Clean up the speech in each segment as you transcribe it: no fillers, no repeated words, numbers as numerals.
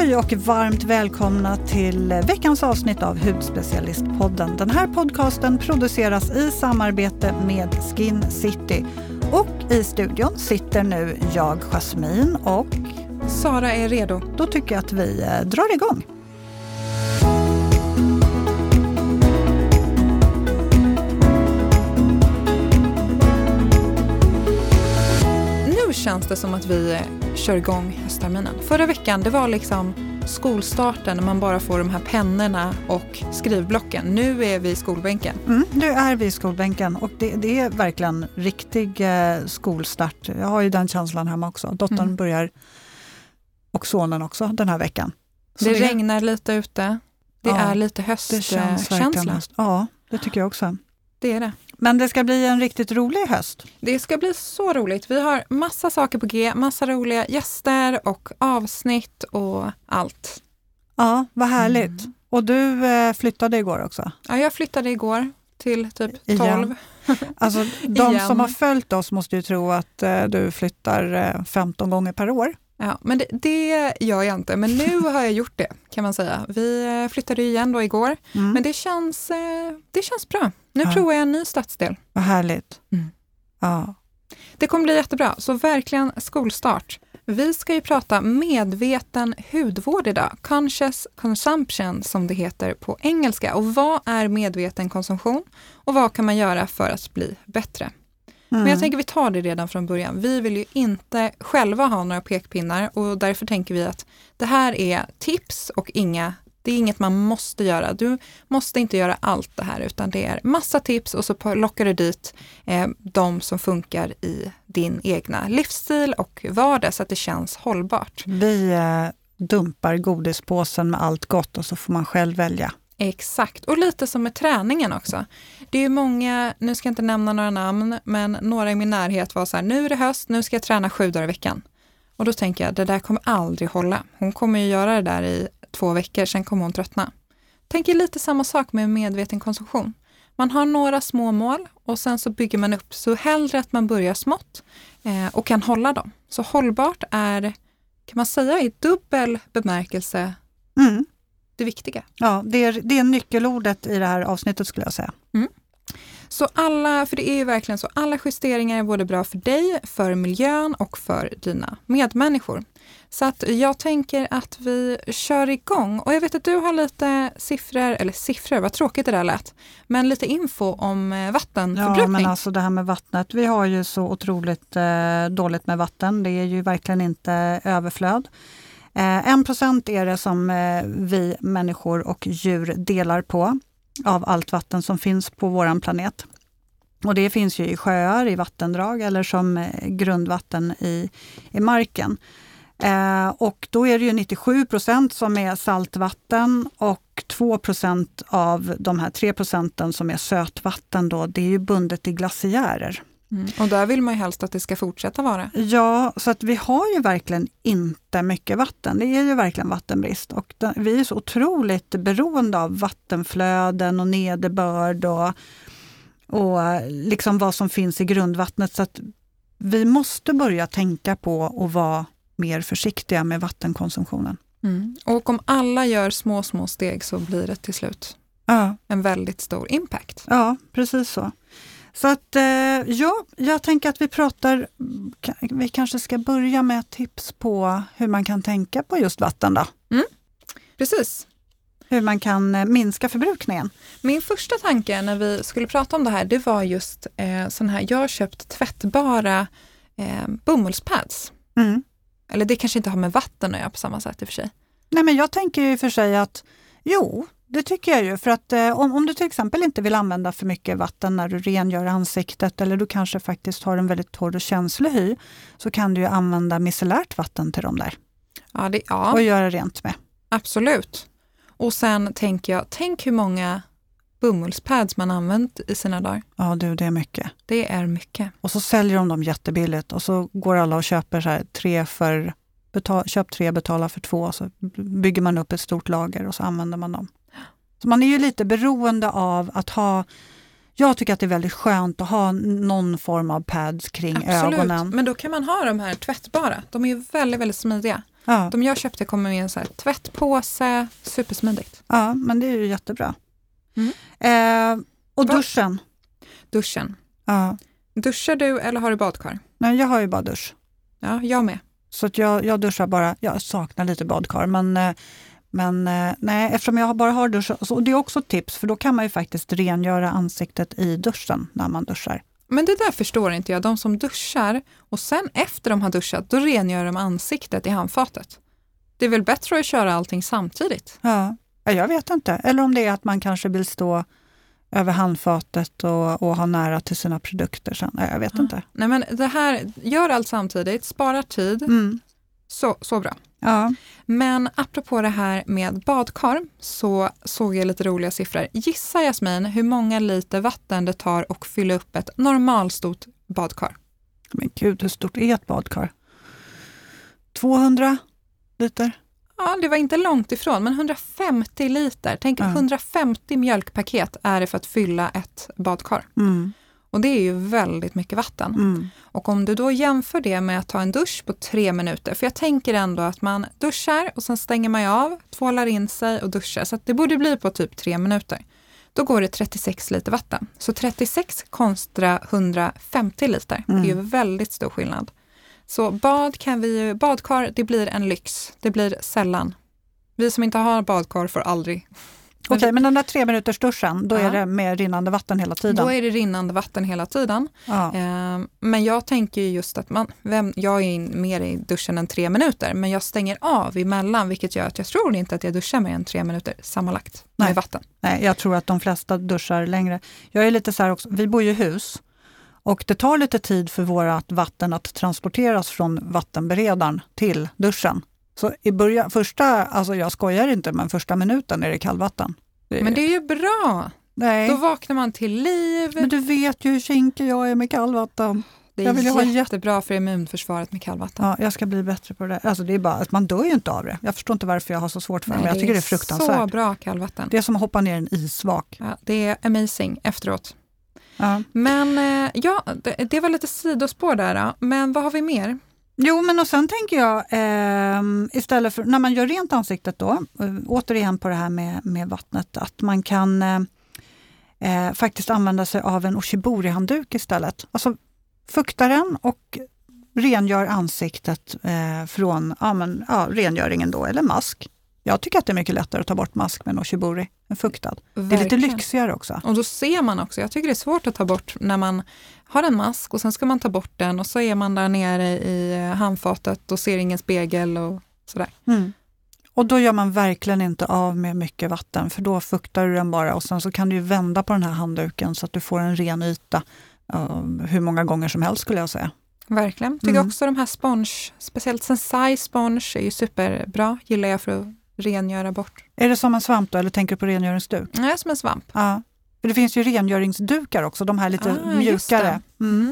Hej och varmt välkomna till veckans avsnitt av Hudspecialistpodden. Den här podcasten produceras i samarbete med Skin City. Och i studion sitter nu jag, Jasmin, och Sara är redo. Då tycker jag att vi drar igång. Nu känns det som att vi kör igång höstterminen. Förra veckan, det var liksom skolstarten när man bara får de här pennorna och skrivblocken. Nu är vi i skolbänken. Nu är vi i skolbänken och det är verkligen riktig skolstart. Jag har ju den känslan hemma också. Dottern börjar och sonen också den här veckan. Så det regnar lite ute. Det är lite höstkänsla. Ja, det tycker jag också. Det är det. Men det ska bli en riktigt rolig höst. Det ska bli så roligt. Vi har massa saker på G, massa roliga gäster och avsnitt och allt. Ja, vad härligt. Och du flyttade igår också? Ja, jag flyttade igår till typ 12. Alltså, de som har följt oss måste ju tro att du flyttar 15 gånger per år. Ja, men det gör jag inte. Men nu har jag gjort det, kan man säga. Vi flyttade igen då igår. Men det känns bra. Nu provar jag en ny stadsdel. Vad härligt. Ja. Det kommer bli jättebra. Så verkligen skolstart. Vi ska ju prata medveten hudvård idag. Conscious consumption som det heter på engelska. Och vad är medveten konsumtion? Och vad kan man göra för att bli bättre? Men jag tänker vi tar det redan från början. Vi vill ju inte själva ha några pekpinnar och därför tänker vi att det här är tips och det är inget man måste göra. Du måste inte göra allt det här utan det är massa tips och så lockar du dit de som funkar i din egna livsstil och vardag så att det känns hållbart. Vi dumpar godispåsen med allt gott och så får man själv välja. Exakt, och lite som med träningen också. Det är ju många, nu ska jag inte nämna några namn, men några i min närhet var så här, nu är det höst, nu ska jag träna 7 dagar i veckan. Och då tänker jag, det där kommer aldrig hålla. Hon kommer ju göra det där i 2 veckor, sen kommer hon tröttna. Tänker lite samma sak med medveten konsumtion. Man har några små mål och sen så bygger man upp, så hellre att man börjar smått och kan hålla dem. Så hållbart är, kan man säga i dubbel bemärkelse, det viktiga. Ja, det är nyckelordet i det här avsnittet skulle jag säga. Så för det är ju verkligen så, alla justeringar är både bra för dig, för miljön och för dina medmänniskor. Så att jag tänker att vi kör igång. Och jag vet att du har lite siffror, vad tråkigt det där lät. Men lite info om vattenförbrukning. Ja, men alltså det här med vattnet. Vi har ju så otroligt dåligt med vatten. Det är ju verkligen inte överflöd. 1% är det som vi människor och djur delar på av allt vatten som finns på våran planet. Och det finns ju i sjöar, i vattendrag eller som grundvatten i marken. Och då är det ju 97% som är saltvatten och 2% av de här 3% som är sötvatten då, det är ju bundet i glaciärer. Och där vill man ju helst att det ska fortsätta vara. Ja, så att vi har ju verkligen inte mycket vatten. Det är ju verkligen vattenbrist. Och vi är så otroligt beroende av vattenflöden och nederbörd och liksom vad som finns i grundvattnet. Så att vi måste börja tänka på att vara mer försiktiga med vattenkonsumtionen. Och om alla gör små steg så blir det till slut en väldigt stor impact. Ja, precis så. Så att jag tänker att vi kanske ska börja med ett tips på hur man kan tänka på just vatten då. Precis. Hur man kan minska förbrukningen. Min första tanke när vi skulle prata om det här, det var just sån här, jag har köpt tvättbara bomullspads. Eller det kanske inte har med vatten att göra på samma sätt i och för sig. Nej, men jag tänker ju för sig att det tycker jag ju. För att om du till exempel inte vill använda för mycket vatten när du rengör ansiktet eller du kanske faktiskt har en väldigt torr och känslig hy så kan du ju använda micellärt vatten till dem där. Och göra rent med. Absolut. Och sen tänker jag, tänk hur många bomullspads man använt i sina dagar. Ja du, det är mycket. Det är mycket. Och så säljer de dem jättebilligt och så går alla och köper så här köp 3, betala för 2 så bygger man upp ett stort lager och så använder man dem. Så man är ju lite beroende av att ha, jag tycker att det är väldigt skönt att ha någon form av pads kring ögonen. Men då kan man ha de här tvättbara. De är ju väldigt, väldigt smidiga. Ja. De jag köpte kommer med en så här tvättpåse, supersmidigt. Ja, men det är ju jättebra. Och duschen? Duschen. Ja. Duschar du eller har du badkar? Nej, jag har ju bara dusch. Ja, jag med. Så att jag duschar bara, jag saknar lite badkar, men nej, eftersom jag bara har dusch, och det är också ett tips, för då kan man ju faktiskt rengöra ansiktet i duschen när man duschar. Men det där förstår inte jag. De som duschar och sen efter de har duschat, då rengör de ansiktet i handfatet. Det är väl bättre att köra allting samtidigt? Ja, jag vet inte. Eller om det är att man kanske vill stå över handfatet och ha nära till sina produkter sen. Jag vet inte. Nej, men det här, gör allt samtidigt, sparar tid. Så bra. Ja. Men apropå det här med badkar så såg jag lite roliga siffror. Gissa, Jasmin, hur många liter vatten det tar att fylla upp ett normalstort badkar? Men gud, hur stort är ett badkar? 200 liter? Ja, det var inte långt ifrån, men 150 liter. Tänk 150 mjölkpaket är det för att fylla ett badkar. Och det är ju väldigt mycket vatten. Och om du då jämför det med att ta en dusch på 3 minuter. För jag tänker ändå att man duschar och sen stänger man av, tvålar in sig och duschar. Så att det borde bli på typ 3 minuter. Då går det 36 liter vatten. Så 36 kontra 150 liter. Det är ju väldigt stor skillnad. Så badkar, det blir en lyx. Det blir sällan. Vi som inte har badkar får aldrig. Okej, men den där 3 minuters duschen, då är det med rinnande vatten hela tiden? Då är det rinnande vatten hela tiden. Ja. Men jag tänker just att jag är mer i duschen än 3 minuter, men jag stänger av emellan, vilket gör att jag tror inte att jag duschar mer än 3 minuter sammanlagt med vatten. Nej, jag tror att de flesta duschar längre. Jag är lite så här också, vi bor ju i hus och det tar lite tid för vårat vatten att transporteras från vattenberedaren till duschen. Så i början, jag skojar inte, men första minuten är det kallvatten. Men det är ju bra. Nej. Då vaknar man till liv. Men du vet ju hur kinkig jag är med kallvatten. Det är jättebra för immunförsvaret med kallvatten. Ja, jag ska bli bättre på det. Alltså det är bara att man dör ju inte av det. Jag förstår inte varför jag har så svårt för det, men jag tycker det är fruktansvärt. Så bra kallvatten. Det är som att hoppa ner i en isvak. Ja, det är amazing efteråt. Ja. Men det var lite sidospår där då. Men vad har vi mer? Jo, men och sen tänker jag istället för när man gör rent ansiktet då, återigen på det här med vattnet, att man kan faktiskt använda sig av en Oshibori-handduk istället. Alltså fukta den och rengör ansiktet från rengöringen då, eller mask. Jag tycker att det är mycket lättare att ta bort mask med en Oshibori än fuktad. Verkligen. Det är lite lyxigare också. Och då ser man också, jag tycker det är svårt att ta bort när man har en mask och sen ska man ta bort den och så är man där nere i handfatet och ser ingen spegel och sådär. Och då gör man verkligen inte av med mycket vatten, för då fuktar du den bara och sen så kan du vända på den här handduken så att du får en ren yta hur många gånger som helst, skulle jag säga. Verkligen. Tycker också de här sponge, speciellt Sensai sponge är ju superbra, gillar jag för att rengöra bort. Är det som en svamp då, eller tänker du på rengöringsduk? Nej, som en svamp. Ja. För det finns ju rengöringsdukar också, de här lite mjukare.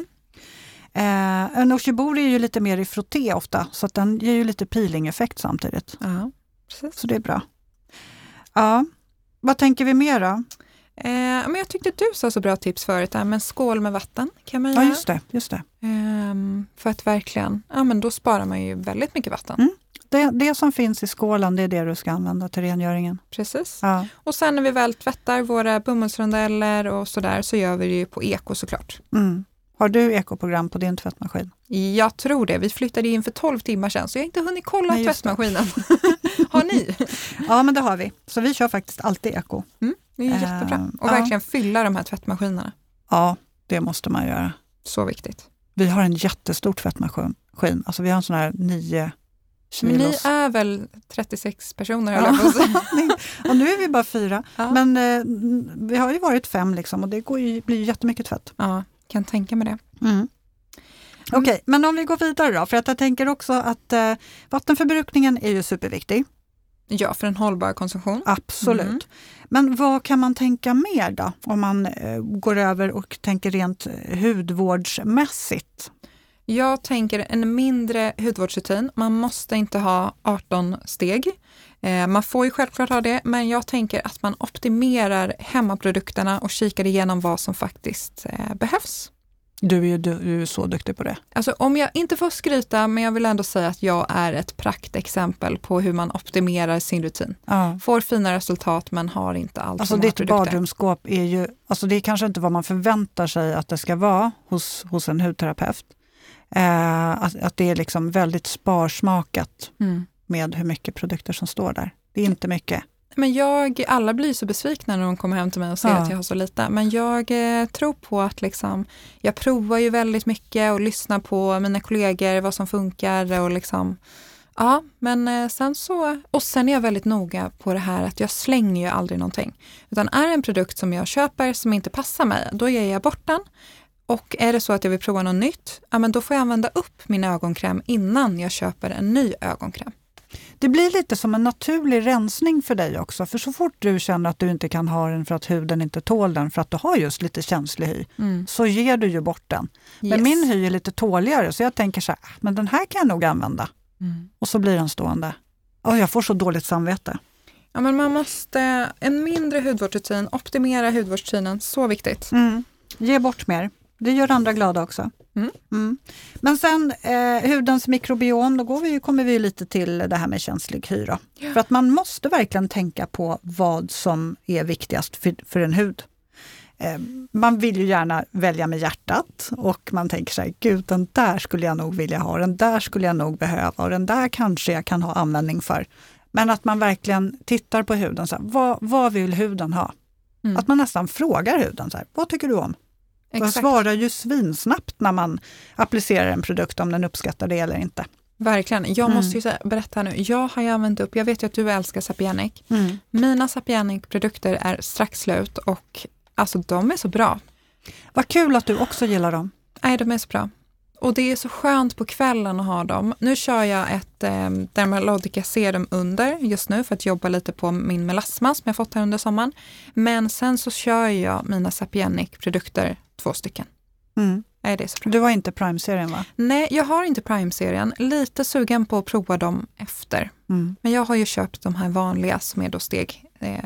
En Oshibori är ju lite mer i frotté ofta, så att den ger ju lite peeling-effekt samtidigt. Ja, precis. Så det är bra. Ja, vad tänker vi mer då? Men jag tyckte du sa så bra tips förut där, men skål med vatten kan man göra. Ja, just det. För att verkligen, men då sparar man ju väldigt mycket vatten. Det som finns i skålen, det är det du ska använda till rengöringen. Precis. Ja. Och sen när vi väl tvättar våra bomullsrondeller och sådär, så gör vi det ju på eko såklart. Har du ekoprogram på din tvättmaskin? Jag tror det. Vi flyttade in för 12 timmar sedan, så jag har inte hunnit kolla tvättmaskinen. Har ni? Ja, men det har vi. Så vi kör faktiskt alltid eko. Det är jättebra. Och verkligen fylla de här tvättmaskinerna. Ja, det måste man göra. Så viktigt. Vi har en jättestor tvättmaskin. Alltså vi har en sån här 9 kilos. Ni är väl 36 personer, höll jag på att säga. Och nu är vi bara 4. Ja. Men vi har ju varit 5 liksom, och det blir ju jättemycket tvätt. Ja, kan tänka mig det. Okej, men om vi går vidare då, för att jag tänker också att vattenförbrukningen är ju superviktig. Ja, för en hållbar konsumtion. Absolut. Men vad kan man tänka mer då, om man går över och tänker rent hudvårdsmässigt? Jag tänker en mindre hudvårdsrutin. Man måste inte ha 18 steg. Man får ju självklart ha det, men jag tänker att man optimerar hemmaprodukterna och kikar igenom vad som faktiskt behövs. Du är så duktig på det. Alltså om jag inte får skryta, men jag vill ändå säga att jag är ett praktexempel på hur man optimerar sin rutin. Ja. Får fina resultat men har inte allt Alltså för många ditt produkter. badrumsskåp är ju, alltså det är kanske inte vad man förväntar sig att det ska vara hos en hudterapeut. Att det är liksom väldigt sparsmakat med hur mycket produkter som står där. Det är inte mycket. Men alla blir så besvikna när de kommer hem till mig och ser att jag har så lite. Men jag tror på att liksom, jag provar ju väldigt mycket och lyssnar på mina kollegor, vad som funkar och liksom, ja, men sen är jag väldigt noga på det här att jag slänger ju aldrig någonting. Utan är det en produkt som jag köper som inte passar mig, då ger jag bort den. Och är det så att jag vill prova något nytt, ja men då får jag använda upp min ögonkräm innan jag köper en ny ögonkräm. Det blir lite som en naturlig rensning för dig också. För så fort du känner att du inte kan ha den för att huden inte tål den, för att du har just lite känslig hy, så ger du ju bort den. Men Yes. min hy är lite tåligare, så jag tänker så här, men den här kan jag nog använda. Och så blir den stående. Och jag får så dåligt samvete. Ja, men man måste, en mindre hudvårdsrutin, optimera hudvårdsrutinen, så viktigt. Ge bort mer. Det gör andra glada också. Men sen hudens mikrobiom, då kommer vi lite till det här med känslig hy då. Ja. För att man måste verkligen tänka på vad som är viktigast för en hud. Man vill ju gärna välja med hjärtat och man tänker så här, gud, den där skulle jag nog vilja ha, den där skulle jag nog behöva och den där kanske jag kan ha användning för. Men att man verkligen tittar på huden, så här, vad vill huden ha? Att man nästan frågar huden, så här, vad tycker du om? Man svarar ju svinsnabbt när man applicerar en produkt om den uppskattar det eller inte. Verkligen. Jag måste ju berätta nu. Jag har ju använt upp, jag vet ju att du älskar Sapienic. Mina Sapienic-produkter är strax slut och alltså de är så bra. Vad kul att du också gillar dem. Nej, de är så bra. Och det är så skönt på kvällen att ha dem. Nu kör jag ett Dermalogica serum under just nu för att jobba lite på min melasma som jag fått här under sommaren. Men sen så kör jag mina Sapienic-produkter 2 stycken. Är det så bra? Du har inte Prime-serien, va? Nej, jag har inte Prime-serien. Lite sugen på att prova dem efter. Men jag har ju köpt de här vanliga som är då steg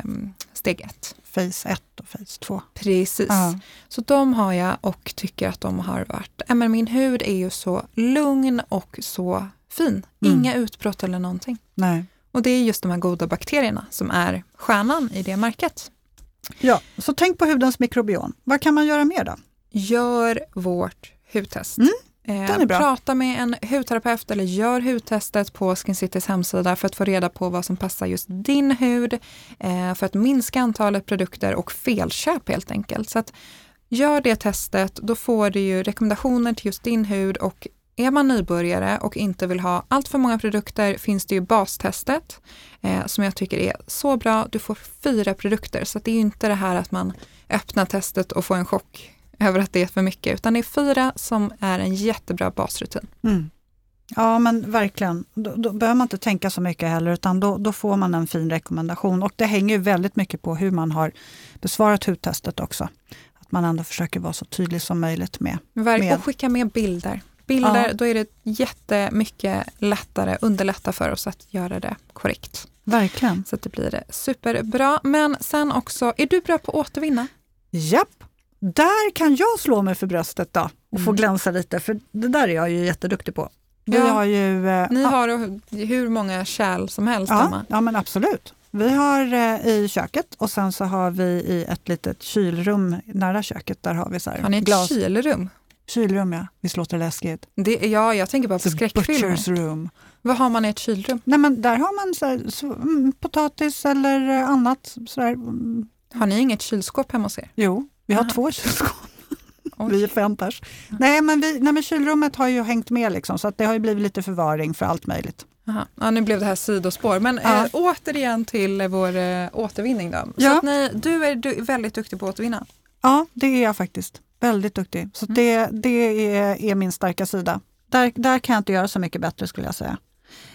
1. Phase 1 och Phase 2. Precis. Så de har jag och tycker att de har varit... Men min hud är ju så lugn och så fin. Inga utbrott eller någonting. Nej. Och det är just de här goda bakterierna som är stjärnan i det märket. Ja, så tänk på hudens mikrobiom. Vad kan man göra mer då? Gör vårt hudtest. Prata med en hudterapeut eller gör hudtestet på Skin Citys hemsida för att få reda på vad som passar just din hud. För att minska antalet produkter och felköp helt enkelt. Så att gör det testet, då får du ju rekommendationer till just din hud och är man nybörjare och inte vill ha allt för många produkter finns det ju bastestet som jag tycker är så bra. Du får 4 produkter så att det är ju inte det här att man öppnar testet och får en chock över att det är för mycket, utan det är 4 som är en jättebra basrutin. Ja, men verkligen. Då behöver man inte tänka så mycket heller, utan då får man en fin rekommendation. Och det hänger ju väldigt mycket på hur man har besvarat hudtestet också. Att man ändå försöker vara så tydlig som möjligt med. Och skicka med bilder. Då är det jättemycket underlätta för oss att göra det korrekt. Verkligen. Så att det blir superbra. Men sen också, är du bra på att återvinna? Japp. Där kan jag slå mig för bröstet då och få glänsa lite, för det där är jag ju jätteduktig på. Vi har ju... Ni har hur många kärl som helst hemma? Ja, men absolut. Vi har i köket och sen så har vi i ett litet kylrum nära köket. Där har vi så här. Har ni ett kylrum? Kylrum, ja. Visst låter det läskigt? Jag tänker bara på skräckfilmer. Vad har man i ett kylrum? Nej, men där har man så här, potatis eller annat. Så där. Har ni inget kylskåp hemma hos er? Jo, vi har 2 kylskåp. Vi är 5 pers. Nej, men kylrummet har ju hängt med liksom, så att det har ju blivit lite förvaring för allt möjligt. Aha. Ja, nu blev det här sidospår. Men återigen till vår återvinning då. Så ja. att du är väldigt duktig på att återvinna. Ja, det är jag faktiskt. Väldigt duktig. Så det är min starka sida. Där kan jag inte göra så mycket bättre, skulle jag säga.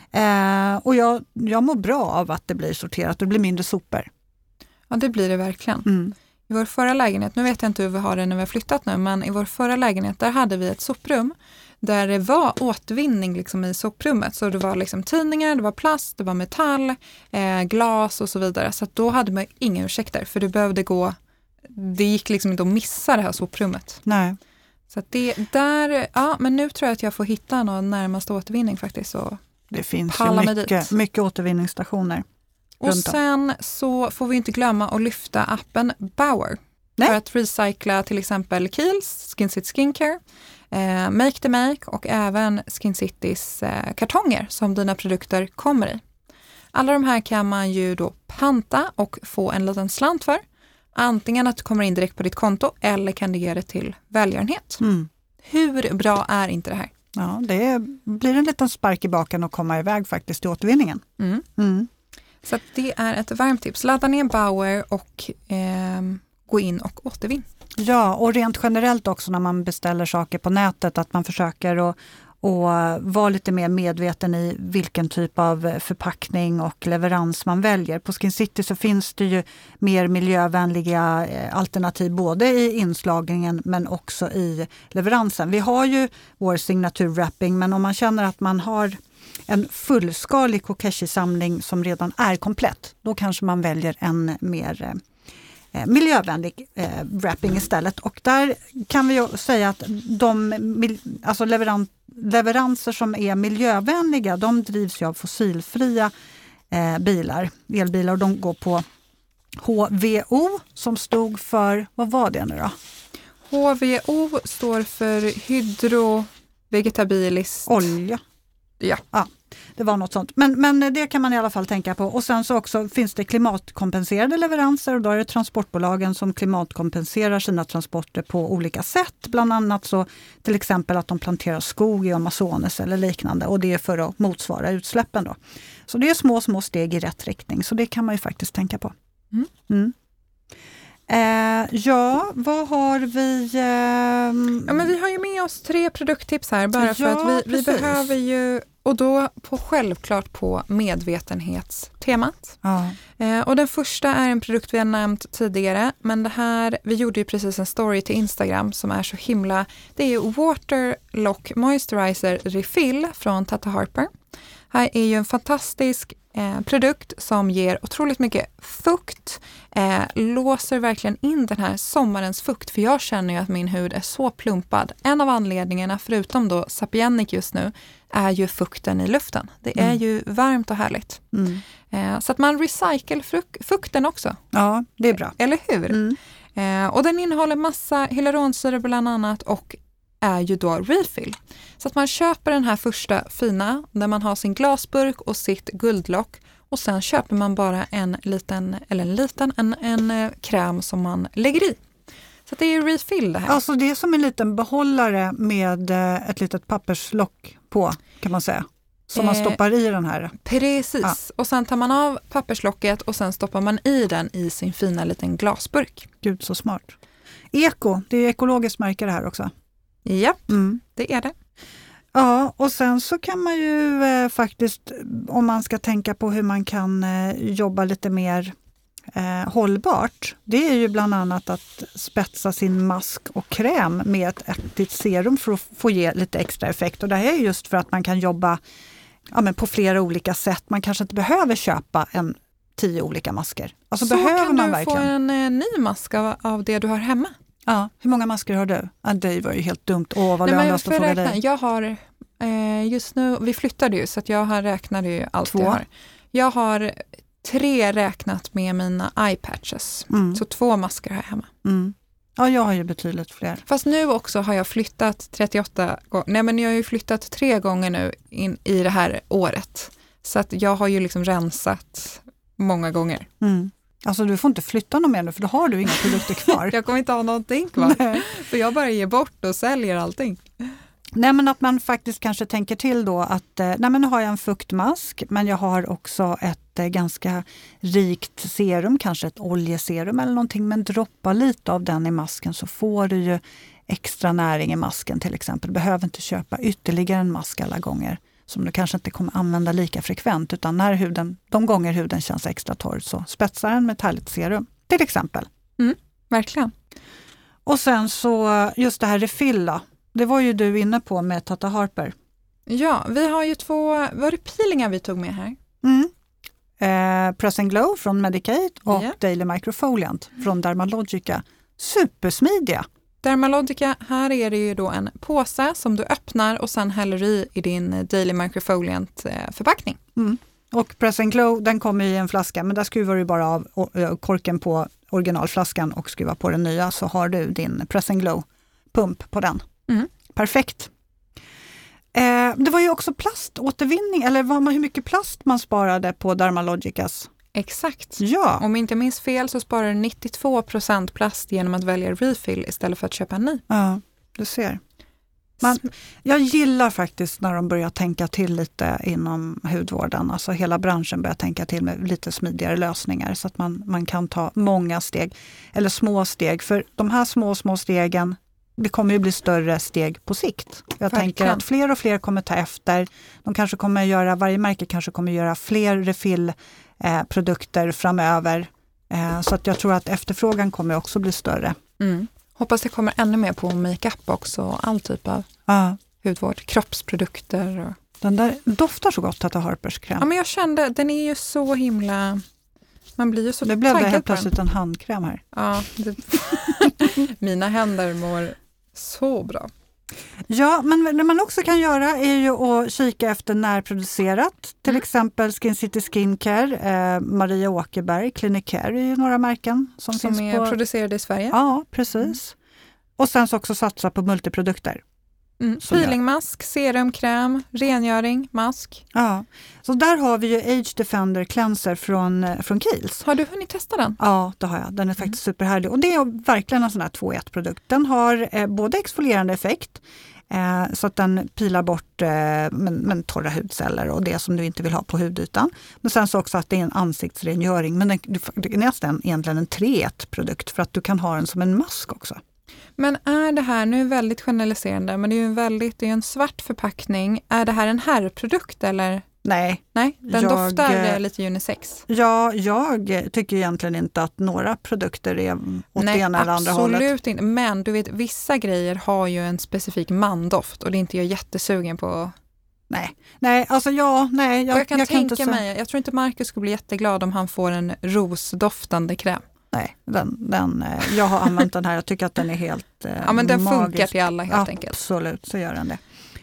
Och jag mår bra av att det blir sorterat. Det blir mindre sopor. Ja, det blir det verkligen. I vår förra lägenhet, nu vet jag inte hur vi har det när vi har flyttat nu, men i vår förra lägenhet där hade vi ett soprum där det var återvinning liksom i soprummet. Så det var liksom tidningar, det var plast, det var metall, glas och så vidare. Så att då hade man inga ursäkter, för det gick liksom inte att missa det här soprummet. Nej. Så att det där, men nu tror jag att jag får hitta någon närmaste återvinning faktiskt. Så det finns ju mycket återvinningsstationer. Och sen så får vi inte glömma att lyfta appen Bauer. Nej. För att recycla till exempel Kiehl's, Skin City Skincare, Make the Make och även Skin Citys kartonger som dina produkter kommer i. Alla de här kan man ju då panta och få en liten slant för. Antingen att det kommer in direkt på ditt konto eller kan du ge det till välgörenhet. Hur bra är inte det här? Ja, det blir en liten spark i baken att komma iväg faktiskt till återvinningen. Så att det är ett varmt tips. Ladda ner Bauer och gå in och återvinn. Ja, och rent generellt också när man beställer saker på nätet att man försöker att vara lite mer medveten i vilken typ av förpackning och leverans man väljer. På Skin City så finns det ju mer miljövänliga alternativ både i inslagningen men också i leveransen. Vi har ju vår signaturwrapping, men om man känner att man har en fullskalig kokeshi-samling som redan är komplett, då kanske man väljer en mer miljövänlig wrapping istället. Och där kan vi ju säga att leveranser som är miljövänliga, de drivs ju av fossilfria elbilar, och de går på HVO som stod för, vad var det nu då? HVO står för hydrovegetabilis olja. Ja, det var något sånt. Men det kan man i alla fall tänka på. Och sen så också finns det klimatkompenserade leveranser, och då är det transportbolagen som klimatkompenserar sina transporter på olika sätt. Bland annat så till exempel att de planterar skog i Amazonas eller liknande, och det är för att motsvara utsläppen då. Så det är små steg i rätt riktning, så det kan man ju faktiskt tänka på. Vad har vi? Ja, men vi har ju med oss 3 produkttips här bara för att vi behöver ju, och då självklart på medvetenhetstemat. Och den första är en produkt vi har nämnt tidigare, men det här, vi gjorde ju precis en story till Instagram som är så himla, det är ju Water Lock Moisturizer Refill från Tata Harper. Här är ju en fantastisk produkt som ger otroligt mycket fukt, låser verkligen in den här sommarens fukt, för jag känner ju att min hud är så plumpad. En av anledningarna, förutom då Sapienic just nu, är ju fukten i luften. Det är ju varmt och härligt. Så att man recycle fukten också. Ja, det är bra. Eller hur? Och den innehåller massa hyaluronsyra bland annat och är ju då refill. Så att man köper den här första fina där man har sin glasburk och sitt guldlock, och sen köper man bara en kräm som man lägger i. Så att det är refill det här. Alltså det är som en liten behållare med ett litet papperslock på, kan man säga. Som man stoppar i den här. Precis. Ja. Och sen tar man av papperslocket och sen stoppar man i den i sin fina liten glasburk. Gud, så smart. Eko, det är ekologiskt märke det här också. Ja, det är det. Ja, och sen så kan man ju faktiskt, om man ska tänka på hur man kan jobba lite mer hållbart, det är ju bland annat att spetsa sin mask och kräm med ett äktigt serum för att få ge lite extra effekt. Och det här är just för att man kan jobba på flera olika sätt. Man kanske inte behöver köpa 10 olika masker. Alltså så behöver kan man du verkligen få en ny mask av det du har hemma. Ja, hur många masker har du? Det var ju helt dumt. Vad lönlöst att fråga dig. Jag har just nu, vi flyttade ju så att jag räknade ju allt 2. jag har. Jag har 3 räknat med mina eyepatches. Så 2 masker har jag hemma. Ja, jag har ju betydligt fler. Fast nu också har jag flyttat 38 gånger. Nej, men jag har ju flyttat 3 gånger nu in i det här året. Så att jag har ju liksom rensat många gånger. Alltså du får inte flytta någon mer nu, för då har du inga produkter kvar. Jag kommer inte ha någonting kvar. Nej. För jag bara ger bort och säljer allting. Nej, men att man faktiskt kanske tänker till då att nu har jag en fuktmask, men jag har också ett ganska rikt serum, kanske ett oljeserum eller någonting, men droppa lite av den i masken så får du ju extra näring i masken till exempel. Du behöver inte köpa ytterligare en mask alla gånger som du kanske inte kommer använda lika frekvent, utan när de gånger huden känns extra torr så spetsar den med ett härligt serum till exempel. Verkligen. Och sen så just det här refilla. Det var ju du inne på med Tata Harper. Ja, vi har ju 2, var det peelingar vi tog med här? Press and Glow från Medicate och Daily Microfoliant från Dermalogica. Supersmidiga. Dermalogica, här är det ju då en påse som du öppnar och sen häller i din Daily Microfoliant förpackning. Och Press and Glow, den kommer i en flaska, men där skruvar du bara av korken på originalflaskan och skruvar på den nya, så har du din Press and Glow-pump på den. Perfekt. Det var ju också plaståtervinning, eller hur mycket plast man sparade på Dermalogicas. Exakt. Ja. Om jag inte minns fel så sparar du 92% plast genom att välja refill istället för att köpa en ny. Ja, du ser. Jag gillar faktiskt när de börjar tänka till lite inom hudvården. Alltså hela branschen börjar tänka till med lite smidigare lösningar så att man kan ta många steg eller små steg. För de här små stegen, det kommer ju bli större steg på sikt. Jag tänker att fler och fler kommer ta efter. Varje märke kanske kommer göra fler refillprodukter framöver. Så att jag tror att efterfrågan kommer också bli större. Hoppas det kommer ännu mer på makeup också. All typ av hudvård, kroppsprodukter. Och... Den där doftar så gott att ha Harpers kräm. Ja, men jag kände, den är ju så himla... Man blir ju så taggad. Det blev det helt plötsligt en handkräm här. Ja, mina händer mår så bra. Ja, men det man också kan göra är ju att kika efter närproducerat. Till exempel Skin City Skincare, Maria Åkerberg, Clinic Care är ju några märken som finns är producerade i Sverige. Ja, precis. Och sen så också satsa på multiprodukter. Peelingmask, serumkräm, rengöring, mask. Ja, så där har vi ju Age Defender Cleanser från Kiehl's. Har du hunnit testa den? Ja, det har jag. Den är faktiskt superhärlig. Och det är verkligen en sån här 2-1-produkt. Den har både exfolierande effekt så att den pilar bort men torra hudceller och det som du inte vill ha på hudytan. Men sen så också att det är en ansiktsrengöring. Men det är nästan egentligen en 3-1-produkt för att du kan ha den som en mask också. Men är det här, nu väldigt generaliserande, men det är ju en svart förpackning. Är det här en herrprodukt eller? Nej. Den doftar lite unisex. Ja, jag tycker egentligen inte att några produkter är åt det ena eller andra hållet. Nej, absolut inte. Men du vet, vissa grejer har ju en specifik mandoft och det är inte jag jättesugen på. Nej, alltså jag kan tänka mig, jag tror inte Marcus skulle bli jätteglad om han får en rosdoftande kräm. Nej, jag har använt den här. Jag tycker att den är helt ja, men den magisk. Funkar till alla helt enkelt. Absolut, så gör den det.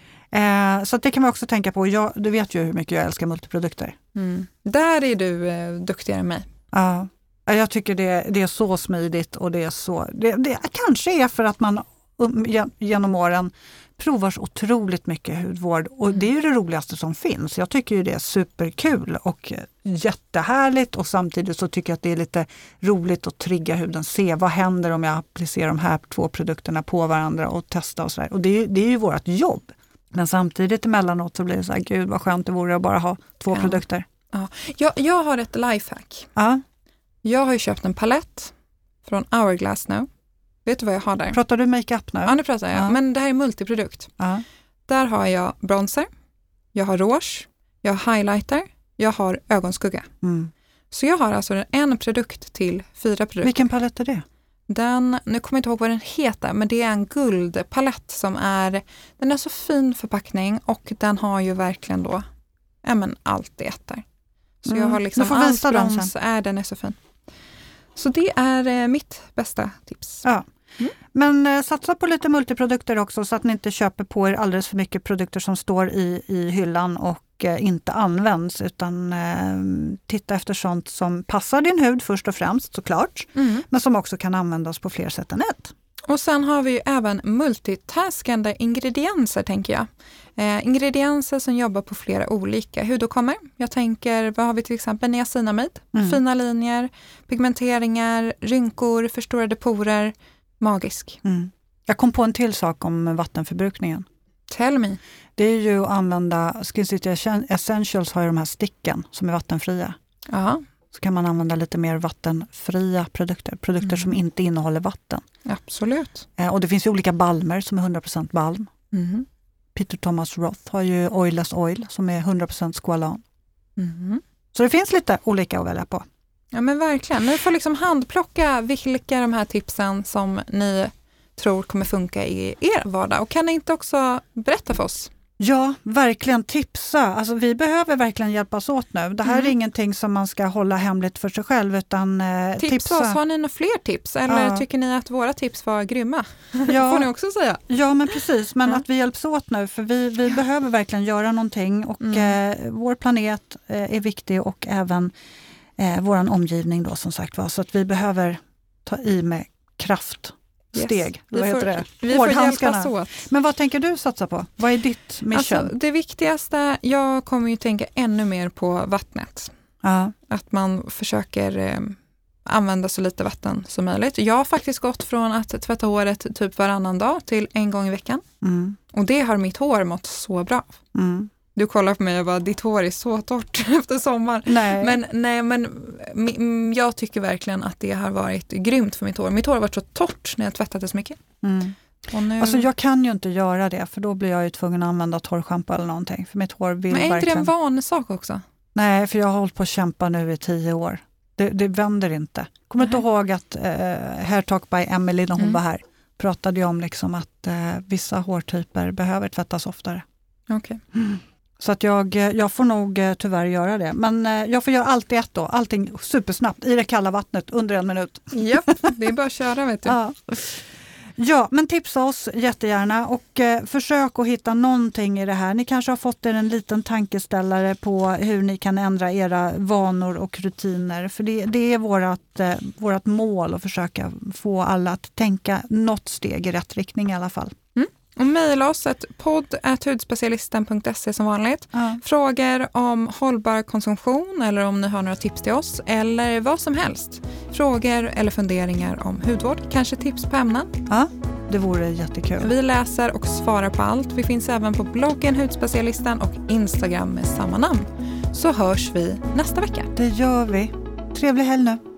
Så det kan man också tänka på. Du vet ju hur mycket jag älskar multiprodukter. Där är du duktigare än mig. Ja, jag tycker det är så smidigt och det är så... Det kanske är för att man genom åren provar så otroligt mycket hudvård och det är ju det roligaste som finns. Jag tycker ju det är superkul och jättehärligt och samtidigt så tycker jag att det är lite roligt att trigga huden, se vad händer om jag applicerar de här 2 produkterna på varandra och testa och sådär. Och det är ju vårt jobb. Men samtidigt emellanåt så blir det så här, gud vad skönt det vore att bara ha 2 produkter. Ja. Jag har ett lifehack. Ja. Jag har ju köpt en palett från Hourglass nu. Vet du vad jag har där? Pratar du makeup nu? Ja, nu pratar jag. Ja. Men det här är multiprodukt. Ja. Där har jag bronzer, jag har rouge, jag har highlighter, jag har ögonskugga. Så jag har alltså en produkt till 4 produkter. Vilken palett är det? Nu kommer jag inte ihåg vad den heter, men det är en guldpalett som den är så fin förpackning och den har ju verkligen då allt det där. Så jag har liksom allt brons, den är så fin. Så det är mitt bästa tips. Ja. Men satsa på lite multiprodukter också så att ni inte köper på er alldeles för mycket produkter som står i hyllan och inte används utan titta efter sånt som passar din hud först och främst såklart men som också kan användas på fler sätt än ett. Och sen har vi ju även multitaskande ingredienser tänker jag. Ingredienser som jobbar på flera olika hudåkommor. Jag tänker, vad har vi till exempel? Niacinamid, fina linjer, pigmenteringar, rynkor, förstorade porer, magisk. Jag kom på en till sak om vattenförbrukningen. Tell me. Det är ju att använda, Skin City Essentials har ju de här sticken som är vattenfria. Ja. Så kan man använda lite mer vattenfria produkter som inte innehåller vatten. Absolut. Och det finns ju olika balmer som är 100% balm. Peter Thomas Roth har ju Oilless Oil som är 100% squalan. Så det finns lite olika att välja på. Ja men verkligen. Ni får liksom handplocka vilka de här tipsen som ni tror kommer funka i er vardag. Och kan ni inte också berätta för oss Ja, verkligen tipsa. Alltså, vi behöver verkligen hjälpas åt nu. Det här är ingenting som man ska hålla hemligt för sig själv, utan tipsa oss. Har ni några fler tips? Eller tycker ni att våra tips var grymma? Ja. Får ni också säga. Ja, men precis. Men att vi hjälps åt nu, för vi behöver verkligen göra någonting. Och vår planet är viktig, och även vår omgivning då, som sagt var. Så att vi behöver ta i med kraftsteg. Vi får hjälpas åt. Men vad tänker du satsa på? Vad är ditt mission? Alltså, det viktigaste, jag kommer ju tänka ännu mer på vattnet. Ja. Att man försöker använda så lite vatten som möjligt. Jag har faktiskt gått från att tvätta håret typ varannan dag till en gång i veckan. Och det har mitt hår mått så bra. Du kollar på mig och bara, ditt hår är så torrt efter sommar. Men jag tycker verkligen att det har varit grymt för mitt hår. Mitt hår har varit så torrt när jag tvättat så mycket. Och nu... Alltså jag kan ju inte göra det, för då blir jag ju tvungen att använda torrschampo eller någonting. För mitt hår vill verkligen... Men är inte det en vanesak också? Nej, för jag har hållit på att kämpa nu i 10 år. Det vänder inte. Kommer inte ihåg att Hair Talk by Emily, när hon var här, pratade ju om liksom att vissa hårtyper behöver tvättas oftare. Okej. Så att jag får nog tyvärr göra det. Men jag får göra allt i ett då. Allting supersnabbt i det kalla vattnet under 1 minut. Japp, det är bara att köra, vet du. Ja, men tipsa oss jättegärna, och försök att hitta någonting i det här. Ni kanske har fått er en liten tankeställare på hur ni kan ändra era vanor och rutiner. För det är vårat mål att försöka få alla att tänka något steg i rätt riktning i alla fall. Och mejla oss podd@hudspecialisten.se som vanligt. Frågor om hållbar konsumtion, eller om ni har några tips till oss, eller vad som helst. Frågor eller funderingar om hudvård, kanske tips på ämnen. Ja, det vore jättekul. Vi läser och svarar på allt. Vi finns även på bloggen Hudspecialisten och Instagram med samma namn. Så hörs vi nästa vecka. Det gör vi. Trevlig helg nu.